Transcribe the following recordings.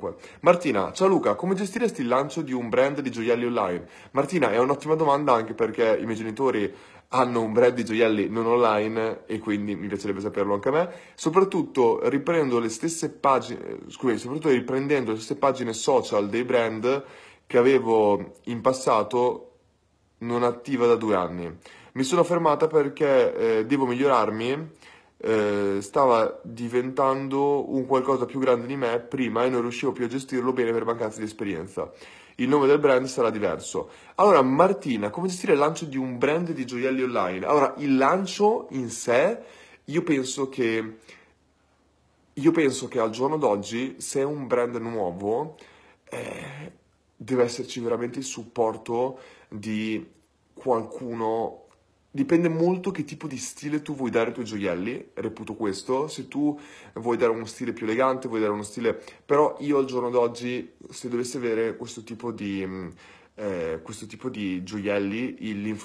comunque. Martina, ciao Luca, come gestiresti il lancio di un brand di gioielli online? Martina, è un'ottima domanda anche perché i miei genitori hanno un brand di gioielli non online e quindi mi piacerebbe saperlo anche a me. Soprattutto riprendo le stesse pagine, scusi, soprattutto riprendendo le stesse pagine social dei brand che avevo in passato non attiva da 2 anni. Mi sono fermata perché devo migliorarmi, stava diventando un qualcosa più grande di me prima e non riuscivo più a gestirlo bene per mancanza di esperienza. Il nome del brand sarà diverso. Allora, Martina, come gestire il lancio di un brand di gioielli online? Allora, il lancio in sé, io penso che, io penso che al giorno d'oggi, se è un brand nuovo, eh, deve esserci veramente il supporto di qualcuno. Dipende molto che tipo di stile tu vuoi dare ai tuoi gioielli, reputo questo. Se tu vuoi dare uno stile più elegante, vuoi dare uno stile. Però io al giorno d'oggi, se dovessi avere questo tipo di gioielli,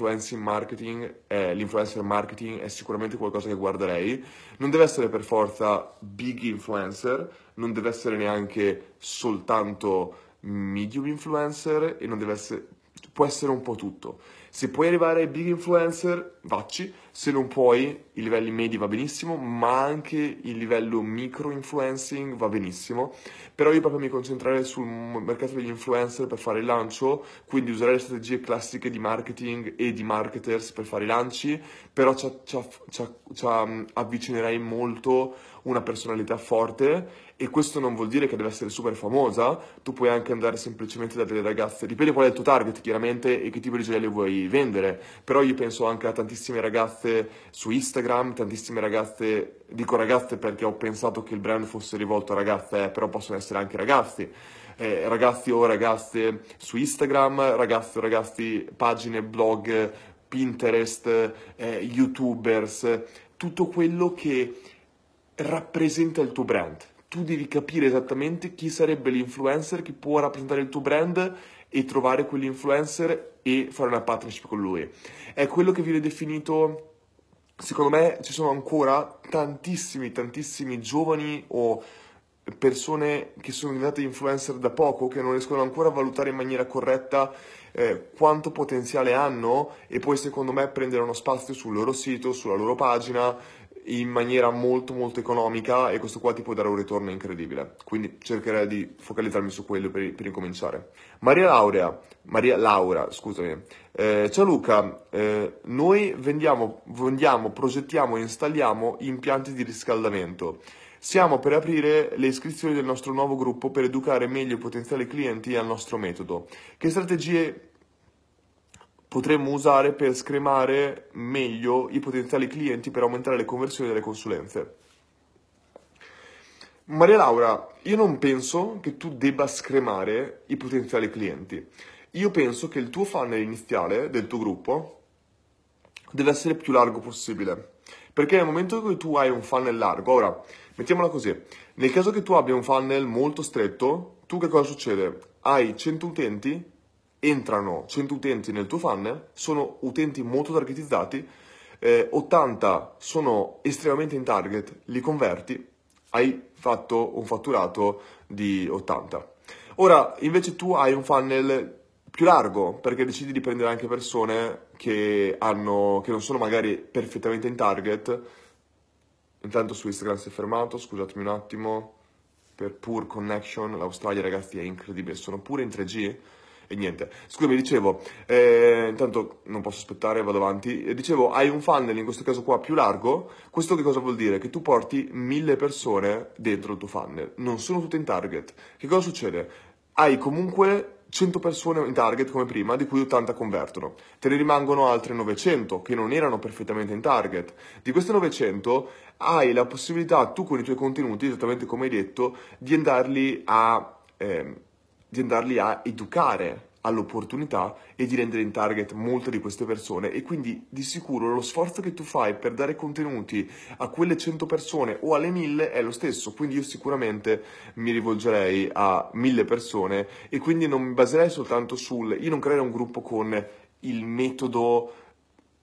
l'influencer marketing è sicuramente qualcosa che guarderei. Non deve essere per forza big influencer, non deve essere neanche soltanto medium influencer e non deve essere, può essere un po' tutto. Se puoi arrivare ai big influencer, vacci, se non puoi, i livelli medi va benissimo, ma anche il livello micro influencing va benissimo. Però io proprio mi concentrerei sul mercato degli influencer per fare il lancio, quindi usare le strategie classiche di marketing e di marketers per fare i lanci, però avvicinerei molto una personalità forte e questo non vuol dire che deve essere super famosa, tu puoi anche andare semplicemente da delle ragazze, dipende qual è il tuo target chiaramente e che tipo di gioielli vuoi vendere, però io penso anche a tantissime ragazze su Instagram, tantissime ragazze, dico ragazze perché ho pensato che il brand fosse rivolto a ragazze, però possono essere anche ragazzi. Ragazzi o ragazze su Instagram, ragazzi o ragazzi, pagine, blog, Pinterest, YouTubers, tutto quello che rappresenta il tuo brand. Tu devi capire esattamente chi sarebbe l'influencer che può rappresentare il tuo brand e trovare quell'influencer e fare una partnership con lui. È quello che viene definito, secondo me ci sono ancora tantissimi giovani o persone che sono diventate influencer da poco, che non riescono ancora a valutare in maniera corretta quanto potenziale hanno e poi secondo me prendere uno spazio sul loro sito, sulla loro pagina in maniera molto economica e questo qua ti può dare un ritorno incredibile. Quindi cercherei di focalizzarmi su quello per incominciare. Maria Laura, scusami. Ciao Luca, noi vendiamo, progettiamo e installiamo impianti di riscaldamento. Siamo per aprire le iscrizioni del nostro nuovo gruppo per educare meglio i potenziali clienti al nostro metodo. Che strategie potremmo usare per scremare meglio i potenziali clienti per aumentare le conversioni delle consulenze? Maria Laura, io non penso che tu debba scremare i potenziali clienti. Io penso che il tuo funnel iniziale del tuo gruppo deve essere più largo possibile. Perché nel momento in cui tu hai un funnel largo, ora, mettiamola così, nel caso che tu abbia un funnel molto stretto, tu che cosa succede? Hai 100 utenti, entrano 100 utenti nel tuo funnel, sono utenti molto targetizzati, 80 sono estremamente in target, li converti, hai fatto un fatturato di 80. Ora, invece tu hai un funnel più largo perché decidi di prendere anche persone che non sono magari perfettamente in target. Intanto su Instagram si è fermato, scusatemi un attimo, per poor connection, l'Australia ragazzi è incredibile, sono pure in 3G e niente. Scusami, dicevo, intanto non posso aspettare, vado avanti. Dicevo, hai un funnel in questo caso qua più largo, questo che cosa vuol dire? Che tu porti 1000 persone dentro il tuo funnel, non sono tutte in target. Che cosa succede? Hai comunque 100 persone in target come prima, di cui 80 convertono. Te ne rimangono altre 900 che non erano perfettamente in target. Di queste 900 hai la possibilità, tu con i tuoi contenuti, esattamente come hai detto, di andarli a educare all'opportunità e di rendere in target molte di queste persone e quindi di sicuro lo sforzo che tu fai per dare contenuti a quelle 100 persone o alle 1000 è lo stesso, quindi io sicuramente mi rivolgerei a 1000 persone e quindi non mi baserei soltanto io non creerei un gruppo con il metodo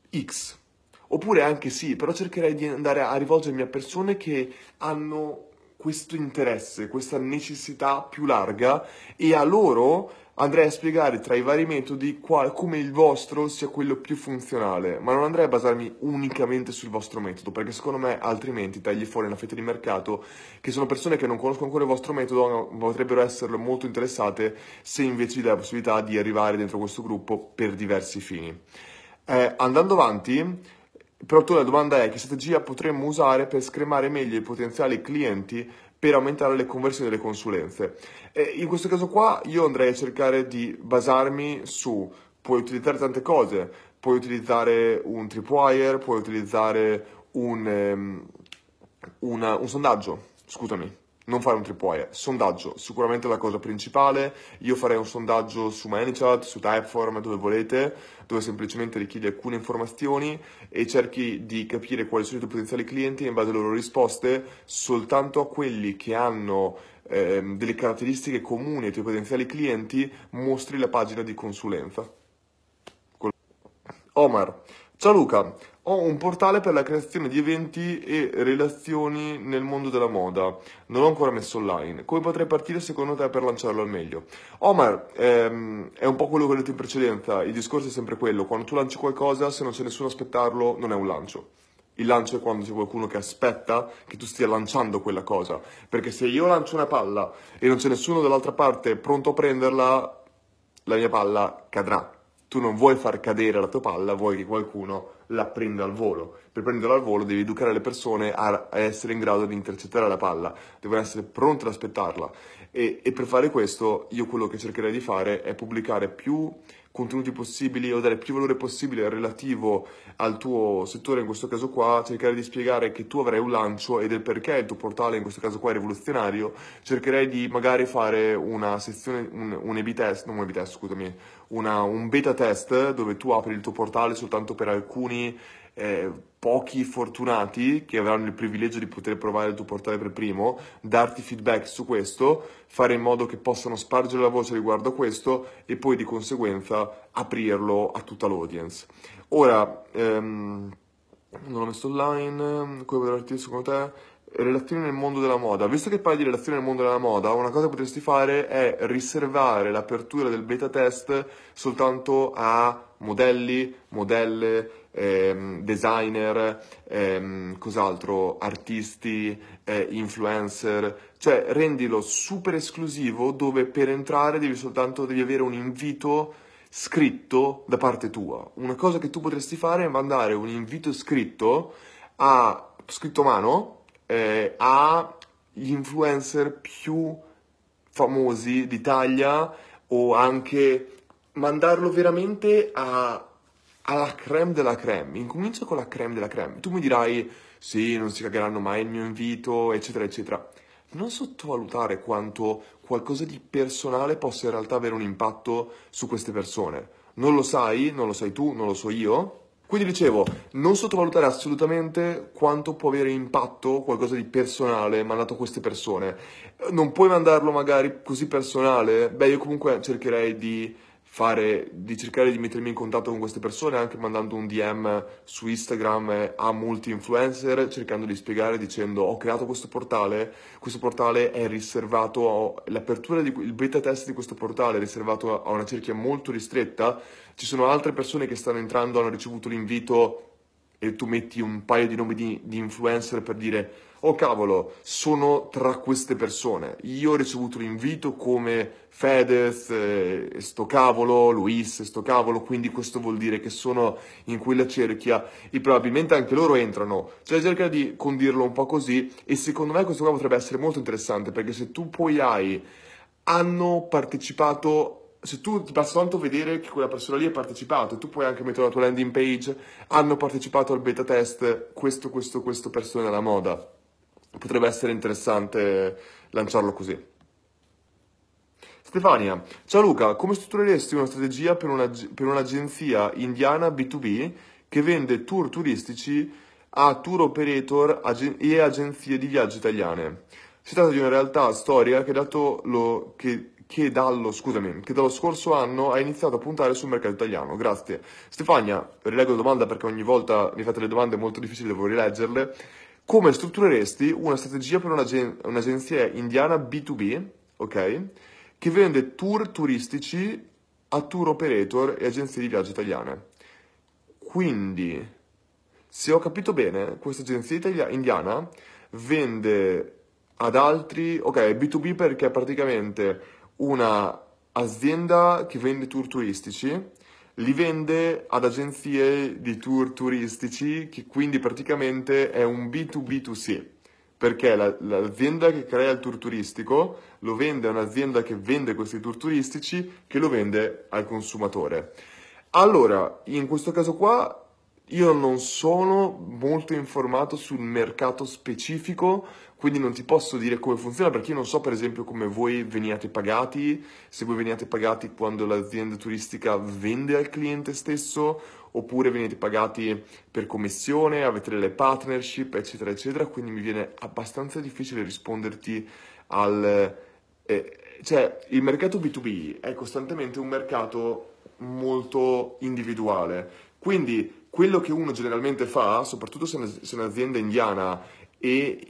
X, oppure anche sì, però cercherei di andare a rivolgermi a persone che hanno questo interesse, questa necessità più larga, e a loro andrei a spiegare tra i vari metodi come il vostro sia quello più funzionale, ma non andrei a basarmi unicamente sul vostro metodo, perché secondo me altrimenti tagli fuori una fetta di mercato che sono persone che non conoscono ancora il vostro metodo, ma potrebbero essere molto interessate se invece gli dai la possibilità di arrivare dentro questo gruppo per diversi fini. Andando avanti, però tu la domanda è: che strategia potremmo usare per scremare meglio i potenziali clienti per aumentare le conversioni delle consulenze? In questo caso qua io andrei a cercare di basarmi su: puoi utilizzare tante cose, puoi utilizzare un tripwire, puoi utilizzare un sondaggio, scusami, non fare un tripwire, sondaggio, sicuramente la cosa principale. Io farei un sondaggio su ManyChat, su Typeform, dove volete, dove semplicemente richiedi alcune informazioni e cerchi di capire quali sono i tuoi potenziali clienti, e in base alle loro risposte, soltanto a quelli che hanno delle caratteristiche comuni ai tuoi potenziali clienti, mostri la pagina di consulenza. Omar, ciao Luca, ho un portale per la creazione di eventi e relazioni nel mondo della moda. Non l'ho ancora messo online. Come potrei partire secondo te per lanciarlo al meglio? Omar, è un po' quello che ho detto in precedenza. Il discorso è sempre quello: quando tu lanci qualcosa, se non c'è nessuno a aspettarlo, non è un lancio. Il lancio è quando c'è qualcuno che aspetta che tu stia lanciando quella cosa. Perché se io lancio una palla e non c'è nessuno dall'altra parte pronto a prenderla, la mia palla cadrà. Tu non vuoi far cadere la tua palla, vuoi che qualcuno la prenda al volo. Per prenderla al volo devi educare le persone a essere in grado di intercettare la palla, devono essere pronte ad aspettarla. E per fare questo io quello che cercherei di fare è pubblicare più contenuti possibili o dare più valore possibile relativo al tuo settore, in questo caso qua, cercare di spiegare che tu avrai un lancio e del perché il tuo portale in questo caso qua è rivoluzionario. Cercherei di magari fare una sezione, un A/B test, non un A/B test, scusami, un beta test dove tu apri il tuo portale soltanto per alcuni pochi fortunati che avranno il privilegio di poter provare il tuo portale per primo, darti feedback su questo, fare in modo che possano spargere la voce riguardo a questo e poi di conseguenza aprirlo a tutta l'audience. Ora, non l'ho messo online, come potresti secondo te? Relazioni nel mondo della moda. Visto che parli di relazioni nel mondo della moda, una cosa che potresti fare è riservare l'apertura del beta test soltanto a modelli, modelle, designer, cos'altro, artisti, influencer. Cioè rendilo super esclusivo, dove per entrare devi avere un invito scritto da parte tua. Una cosa che tu potresti fare è mandare un invito scritto scritto a mano, agli influencer più famosi d'Italia, o anche mandarlo veramente alla crème della crème. Incomincia con la crème della crème. Tu mi dirai: sì, non si cagheranno mai il mio invito, eccetera, eccetera. Non sottovalutare quanto qualcosa di personale possa in realtà avere un impatto su queste persone. Non lo sai, non lo sai tu, non lo so io. Quindi dicevo, non sottovalutare assolutamente quanto può avere impatto qualcosa di personale mandato a queste persone. Non puoi mandarlo magari così personale? Beh, io comunque cercherei di cercare di mettermi in contatto con queste persone anche mandando un DM su Instagram a molti influencer, cercando di spiegare dicendo: ho creato questo portale è riservato, l'apertura il beta test di questo portale è riservato a una cerchia molto ristretta. Ci sono altre persone che stanno entrando, hanno ricevuto l'invito, e tu metti un paio di nomi di influencer per dire: oh cavolo, sono tra queste persone, io ho ricevuto l'invito come Fedez, sto cavolo, Luis, sto cavolo, quindi questo vuol dire che sono in quella cerchia e probabilmente anche loro entrano. Cioè cerca di condirlo un po' così, e secondo me questo qua potrebbe essere molto interessante, perché se tu poi hanno partecipato. Se tu ti basta tanto vedere che quella persona lì ha partecipato, e tu puoi anche mettere la tua landing page: hanno partecipato al beta test questo, persone della moda. Potrebbe essere interessante lanciarlo così. Stefania, ciao Luca, come struttureresti una strategia per un'agenzia indiana B2B che vende tour turistici a tour operator e agenzie di viaggio italiane? Si tratta di una realtà storica che dallo scorso anno ha iniziato a puntare sul mercato italiano. Grazie. Stefania, rileggo la domanda perché ogni volta mi fate le domande molto difficili, devo rileggerle. come struttureresti una strategia per un'agenzia indiana B2B, ok? Che vende tour turistici a tour operator e agenzie di viaggio italiane. Quindi, se ho capito bene, questa agenzia indiana vende ad altri, ok, B2B perché è praticamente una azienda che vende tour turistici, li vende ad agenzie di tour turistici, che quindi praticamente è un B2B2C, perché l'azienda che crea il tour turistico lo vende a un'azienda che vende questi tour turistici, che lo vende al consumatore. Allora, in questo caso qua io non sono molto informato sul mercato specifico, quindi non ti posso dire come funziona perché io non so per esempio come voi veniate pagati, se voi veniate pagati quando l'azienda turistica vende al cliente stesso oppure venite pagati per commissione, avete delle partnership, eccetera, eccetera, quindi mi viene abbastanza difficile risponderti al... cioè, il mercato B2B è costantemente un mercato molto individuale, quindi quello che uno generalmente fa, soprattutto se è un'azienda indiana, e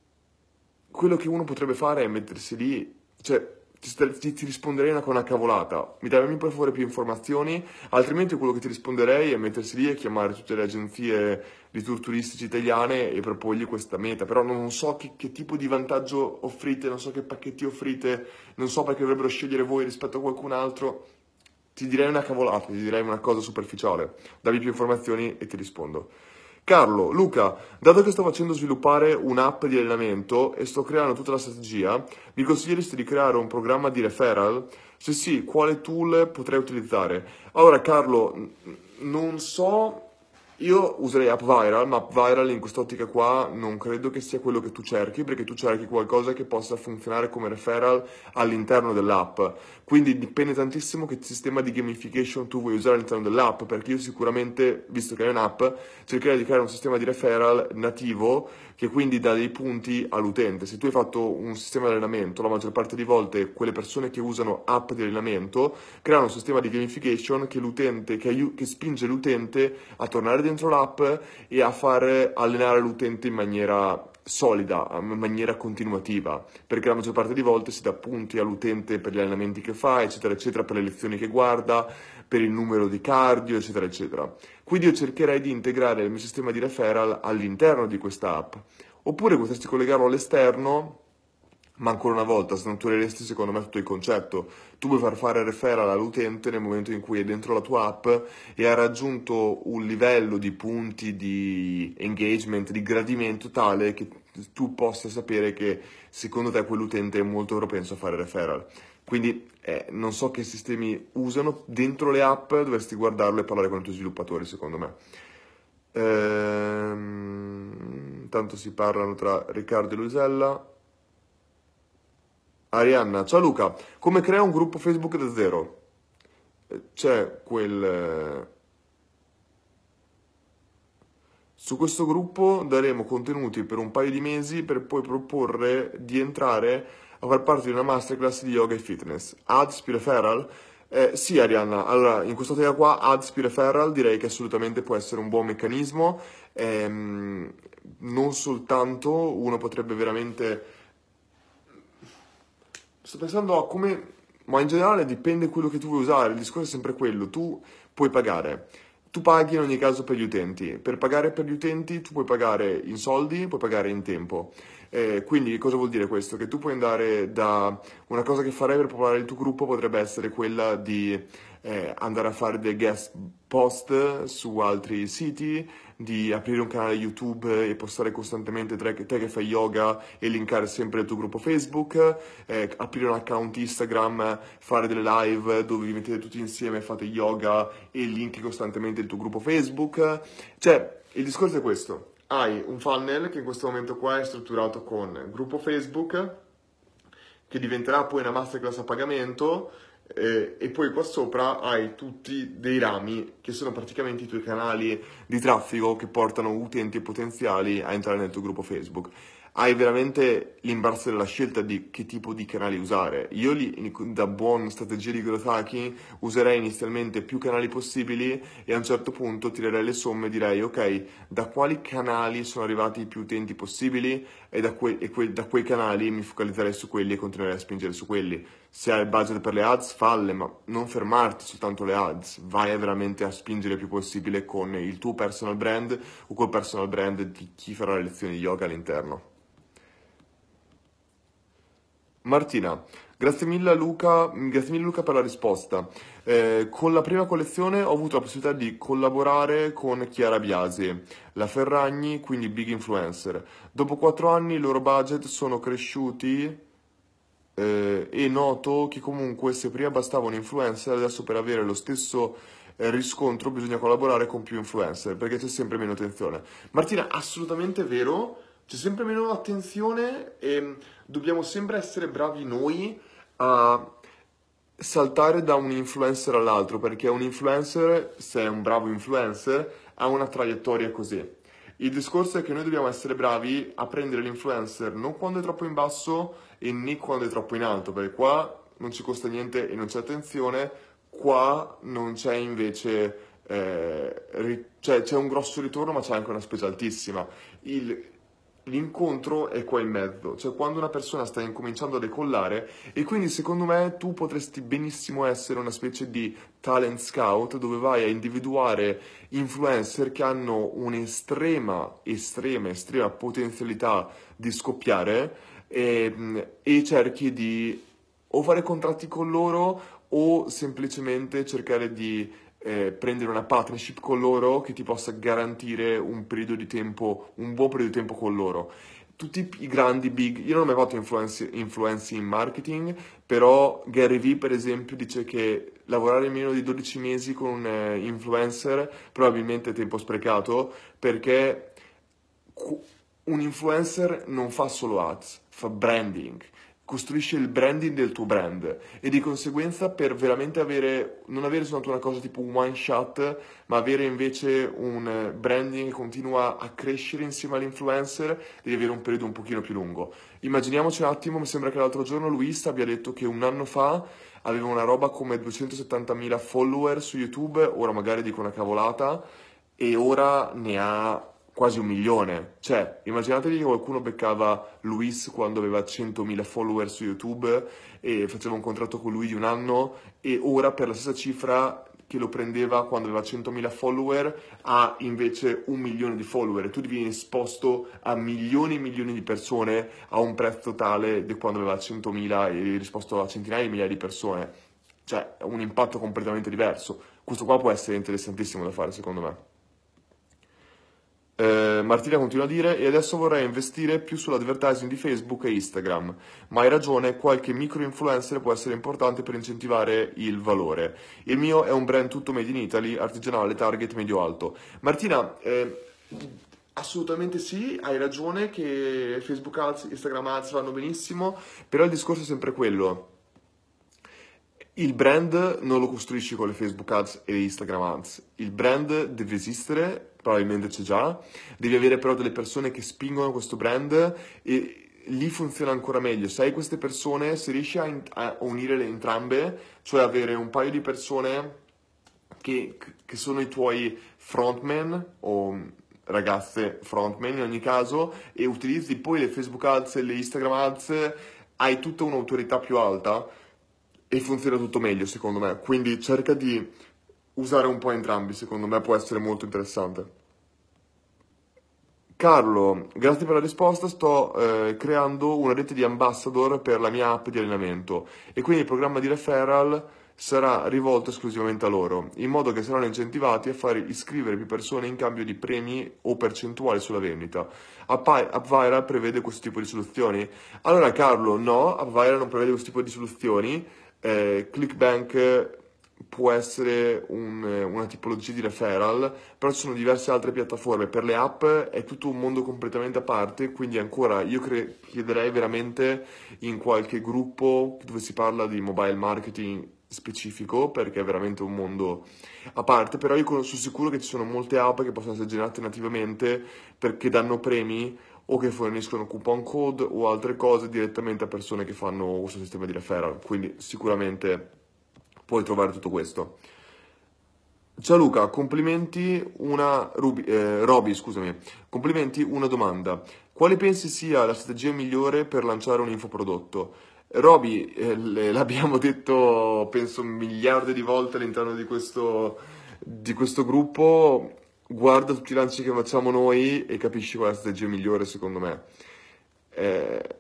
quello che uno potrebbe fare è mettersi lì, cioè ti risponderei con una cavolata, mi dammi per favore più informazioni, altrimenti quello che ti risponderei è mettersi lì e chiamare tutte le agenzie di tour turistici italiane e proporgli questa meta, però non so che tipo di vantaggio offrite, non so che pacchetti offrite, non so perché dovrebbero scegliere voi rispetto a qualcun altro. Ti direi una cavolata, ti direi una cosa superficiale. Dammi più informazioni e ti rispondo. Carlo, Luca, dato che sto facendo sviluppare un'app di allenamento e sto creando tutta la strategia, mi consiglieresti di creare un programma di referral? Se sì, quale tool potrei utilizzare? Allora, Carlo, non so, io userei AppViral, ma AppViral in quest'ottica qua non credo che sia quello che tu cerchi, perché tu cerchi qualcosa che possa funzionare come referral all'interno dell'app. Quindi dipende tantissimo che sistema di gamification tu vuoi usare all'interno dell'app, perché io sicuramente, visto che è un'app, cercherei di creare un sistema di referral nativo che quindi dà dei punti all'utente. Se tu hai fatto un sistema di allenamento, la maggior parte di volte quelle persone che usano app di allenamento creano un sistema di gamification che che spinge l'utente a tornare dentro l'app e a far allenare l'utente in maniera solida, in maniera continuativa, perché la maggior parte di volte si dà punti all'utente per gli allenamenti che fa, eccetera, eccetera, per le lezioni che guarda, per il numero di cardio, eccetera, eccetera. Quindi io cercherei di integrare il mio sistema di referral all'interno di questa app, oppure potresti collegarlo all'esterno, ma ancora una volta snatureresti secondo me tutto il concetto. Tu puoi far fare referral all'utente nel momento in cui è dentro la tua app e ha raggiunto un livello di punti di engagement, di gradimento tale che tu possa sapere che secondo te quell'utente è molto propenso a fare referral. Quindi non so che sistemi usano dentro le app, dovresti guardarlo e parlare con i tuoi sviluppatori secondo me. Tanto si parlano tra Riccardo e Luisella. Arianna, ciao Luca, come crea un gruppo Facebook da zero? C'è quel... Su questo gruppo daremo contenuti per un paio di mesi per poi proporre di entrare a far parte di una masterclass di yoga e fitness. Ads più referral? Sì, Arianna, allora in questa teoria qua ads più referral direi che assolutamente può essere un buon meccanismo, non soltanto uno potrebbe veramente... Sto pensando a come, ma in generale dipende quello che tu vuoi usare, il discorso è sempre quello, tu puoi pagare, tu paghi in ogni caso per gli utenti, per pagare per gli utenti tu puoi pagare in soldi, puoi pagare in tempo. Quindi cosa vuol dire questo? Che tu puoi andare da una cosa che farei per popolare il tuo gruppo potrebbe essere quella di andare a fare dei guest post su altri siti, di aprire un canale YouTube e postare costantemente te che fai yoga e linkare sempre il tuo gruppo Facebook, aprire un account Instagram, fare delle live dove vi mettete tutti insieme, fate yoga e linki costantemente il tuo gruppo Facebook. Cioè, il discorso è questo. Hai un funnel che in questo momento qua è strutturato con gruppo Facebook, che diventerà poi una masterclass a pagamento, e poi qua sopra hai tutti dei rami che sono praticamente i tuoi canali di traffico che portano utenti potenziali a entrare nel tuo gruppo Facebook. hai veramente l'imbarazzo della scelta di che tipo di canali usare. Io da buon strategia di growth hacking userei inizialmente più canali possibili e a un certo punto tirerei le somme e direi ok, da quali canali sono arrivati i più utenti possibili e da quei canali mi focalizzerei su quelli e continuerei a spingere su quelli. Se hai il budget per le ads, falle, ma non fermarti soltanto alle ads, vai veramente a spingere il più possibile con il tuo personal brand o col personal brand di chi farà le lezioni di yoga all'interno. Martina, grazie mille Luca per la risposta. Con la prima collezione ho avuto la possibilità di collaborare con Chiara Biasi, la Ferragni, quindi big influencer. Dopo 4 anni i loro budget sono cresciuti e noto che comunque se prima bastava un influencer, adesso per avere lo stesso riscontro bisogna collaborare con più influencer perché c'è sempre meno attenzione. Martina, assolutamente vero, c'è sempre meno attenzione e dobbiamo sempre essere bravi noi a saltare da un influencer all'altro perché un influencer, se è un bravo influencer, ha una traiettoria così. Il discorso è che noi dobbiamo essere bravi a prendere l'influencer non quando è troppo in basso e né quando è troppo in alto, perché qua non ci costa niente e non c'è attenzione, qua non c'è invece, cioè c'è un grosso ritorno ma c'è anche una spesa altissima. L'incontro è qua in mezzo, cioè quando una persona sta incominciando a decollare e quindi secondo me tu potresti benissimo essere una specie di talent scout dove vai a individuare influencer che hanno estrema potenzialità di scoppiare e cerchi di o fare contratti con loro o semplicemente cercare di prendere una partnership con loro che ti possa garantire un periodo di tempo, un buon periodo di tempo con loro. Tutti i grandi big, io non ho mai fatto influencer in marketing, però Gary Vee per esempio dice che lavorare meno di 12 mesi con un influencer probabilmente è tempo sprecato perché un influencer non fa solo ads, fa branding, costruisce il branding del tuo brand e di conseguenza per veramente non avere soltanto una cosa tipo un one shot, ma avere invece un branding che continua a crescere insieme all'influencer, devi avere un periodo un pochino più lungo. Immaginiamoci un attimo, mi sembra che l'altro giorno Luis abbia detto che un anno fa aveva una roba come 270.000 follower su YouTube, ora magari dico una cavolata, e ora ne ha quasi 1 milione. Cioè, immaginatevi che qualcuno beccava Luis quando aveva 100.000 follower su YouTube e faceva un contratto con lui di un anno e ora per la stessa cifra che lo prendeva quando aveva 100.000 follower ha invece 1 milione di follower e tu vieni esposto a milioni e milioni di persone a un prezzo tale di quando aveva 100.000 e risposto a centinaia di migliaia di persone. Cioè, è un impatto completamente diverso. Questo qua può essere interessantissimo da fare, secondo me. Martina continua a dire, e adesso vorrei investire più sull'advertising di Facebook e Instagram, ma hai ragione, qualche micro influencer può essere importante per incentivare il valore. Il mio è un brand tutto made in Italy, artigianale, target medio-alto. Martina, assolutamente sì, hai ragione che Facebook Ads, Instagram Ads vanno benissimo, però il discorso è sempre quello. Il brand non lo costruisci con le Facebook Ads e le Instagram Ads. Il brand deve esistere, probabilmente c'è già, devi avere però delle persone che spingono questo brand e lì funziona ancora meglio. Se hai queste persone, se riesci a unire le entrambe, cioè avere un paio di persone che sono i tuoi frontman o ragazze frontman in ogni caso e utilizzi poi le Facebook Ads e le Instagram Ads, hai tutta un'autorità più alta e funziona tutto meglio secondo me, quindi cerca di usare un po' entrambi, secondo me può essere molto interessante. Carlo, grazie per la risposta, sto creando una rete di ambassador per la mia app di allenamento e quindi il programma di referral sarà rivolto esclusivamente a loro, in modo che saranno incentivati a fare iscrivere più persone in cambio di premi o percentuali sulla vendita. AppViral prevede questo tipo di soluzioni? Allora Carlo, no, AppViral non prevede questo tipo di soluzioni, ClickBank può essere una tipologia di referral, però ci sono diverse altre piattaforme. Per le app è tutto un mondo completamente a parte, quindi ancora io chiederei veramente in qualche gruppo dove si parla di mobile marketing specifico, perché è veramente un mondo a parte, però io sono sicuro che ci sono molte app che possono essere generate nativamente perché danno premi o che forniscono coupon code o altre cose direttamente a persone che fanno questo sistema di referral, quindi sicuramente puoi trovare tutto questo. Ciao Luca, complimenti Roby, scusami, complimenti, una domanda. Quale pensi sia la strategia migliore per lanciare un infoprodotto? Roby, l'abbiamo detto penso miliardi di volte all'interno di questo gruppo, guarda tutti i lanci che facciamo noi e capisci qual è la strategia migliore secondo me. Eh,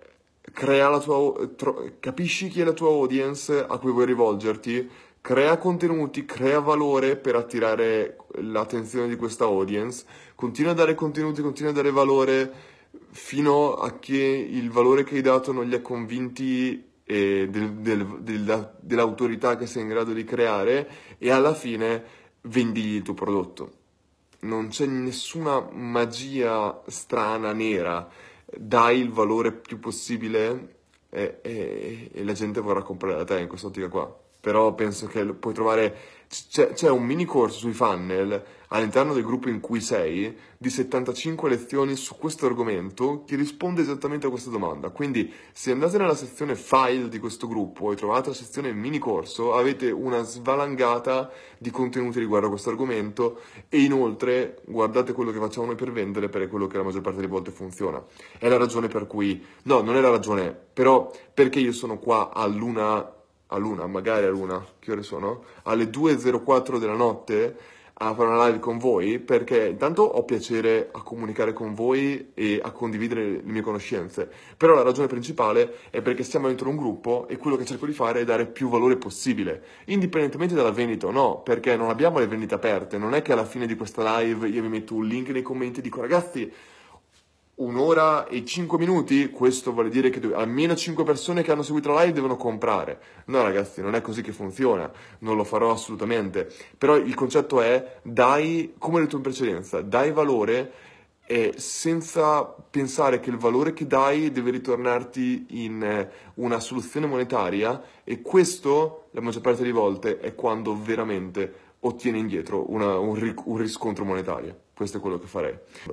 capisci chi è la tua audience a cui vuoi rivolgerti, crea contenuti, crea valore per attirare l'attenzione di questa audience, continua a dare contenuti, continua a dare valore fino a che il valore che hai dato non li ha convinti dell'autorità che sei in grado di creare e alla fine vendigli il tuo prodotto. Non c'è nessuna magia strana, nera, dai il valore più possibile e la gente vorrà comprare da te in quest'ottica qua. Però penso che puoi trovare, c'è un mini corso sui funnel all'interno del gruppo in cui sei di 75 lezioni su questo argomento che risponde esattamente a questa domanda. Quindi se andate nella sezione file di questo gruppo e trovate la sezione mini corso, avete una svalangata di contenuti riguardo a questo argomento e inoltre guardate quello che facciamo noi per vendere, perché è quello che la maggior parte delle volte funziona. È la ragione per cui, no, non è la ragione, però perché io sono qua magari a luna, che ore sono? Alle 2:04 della notte a fare una live con voi, perché intanto ho piacere a comunicare con voi e a condividere le mie conoscenze, però la ragione principale è perché siamo dentro un gruppo e quello che cerco di fare è dare più valore possibile, indipendentemente dalla vendita o no, perché non abbiamo le vendite aperte, non è che alla fine di questa live io vi metto un link nei commenti e dico ragazzi, 1 ora e 5 minuti, questo vuol dire che almeno 5 persone che hanno seguito la live devono comprare. No ragazzi, non è così che funziona, non lo farò assolutamente. Però il concetto è, dai, come ho detto in precedenza, dai valore senza pensare che il valore che dai deve ritornarti in una soluzione monetaria e questo, la maggior parte delle volte, è quando veramente ottieni indietro un riscontro monetario. Questo è quello che farei.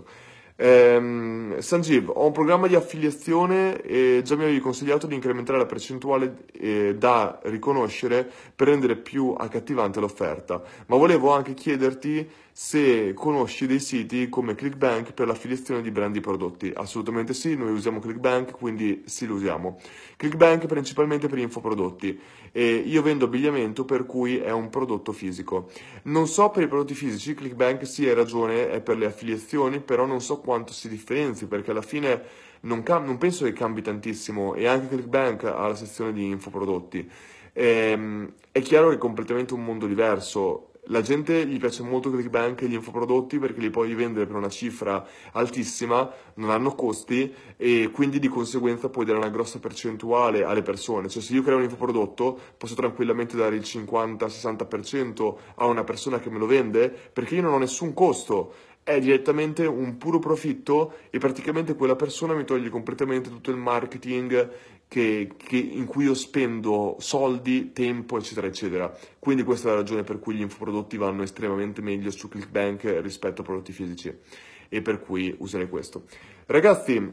Sanjeev, ho un programma di affiliazione e già mi avevi consigliato di incrementare la percentuale da riconoscere per rendere più accattivante l'offerta, ma volevo anche chiederti se conosci dei siti come ClickBank per l'affiliazione di brand di prodotti. Assolutamente sì, noi usiamo ClickBank, quindi sì, lo usiamo. ClickBank principalmente per infoprodotti e io vendo abbigliamento per cui è un prodotto fisico. Non so per i prodotti fisici, ClickBank sì, hai ragione, è per le affiliazioni, però non so quanto si differenzi perché alla fine non penso che cambi tantissimo e anche ClickBank ha la sezione di infoprodotti. È chiaro che è completamente un mondo diverso. La gente gli piace molto ClickBank e gli infoprodotti perché li puoi vendere per una cifra altissima, non hanno costi e quindi di conseguenza puoi dare una grossa percentuale alle persone. Cioè se io creo un infoprodotto posso tranquillamente dare il 50-60% a una persona che me lo vende perché io non ho nessun costo. È direttamente un puro profitto e praticamente quella persona mi toglie completamente tutto il marketing in cui io spendo soldi, tempo, eccetera, eccetera. Quindi questa è la ragione per cui gli infoprodotti vanno estremamente meglio su ClickBank rispetto a prodotti fisici e per cui userei questo. Ragazzi,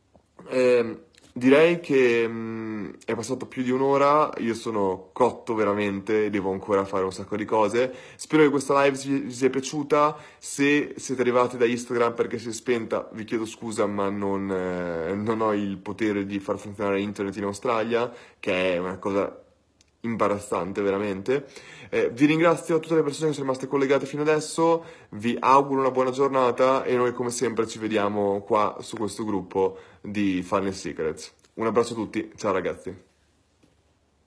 direi che è passato più di un'ora, io sono cotto veramente e devo ancora fare un sacco di cose. Spero che questa live vi sia piaciuta. Se siete arrivati da Instagram perché si è spenta, vi chiedo scusa, ma non ho il potere di far funzionare internet in Australia, che è una cosa imbarazzante veramente. Vi ringrazio a tutte le persone che sono rimaste collegate fino adesso, vi auguro una buona giornata e noi come sempre ci vediamo qua su questo gruppo di Funnel Secrets. Un abbraccio a tutti, ciao ragazzi.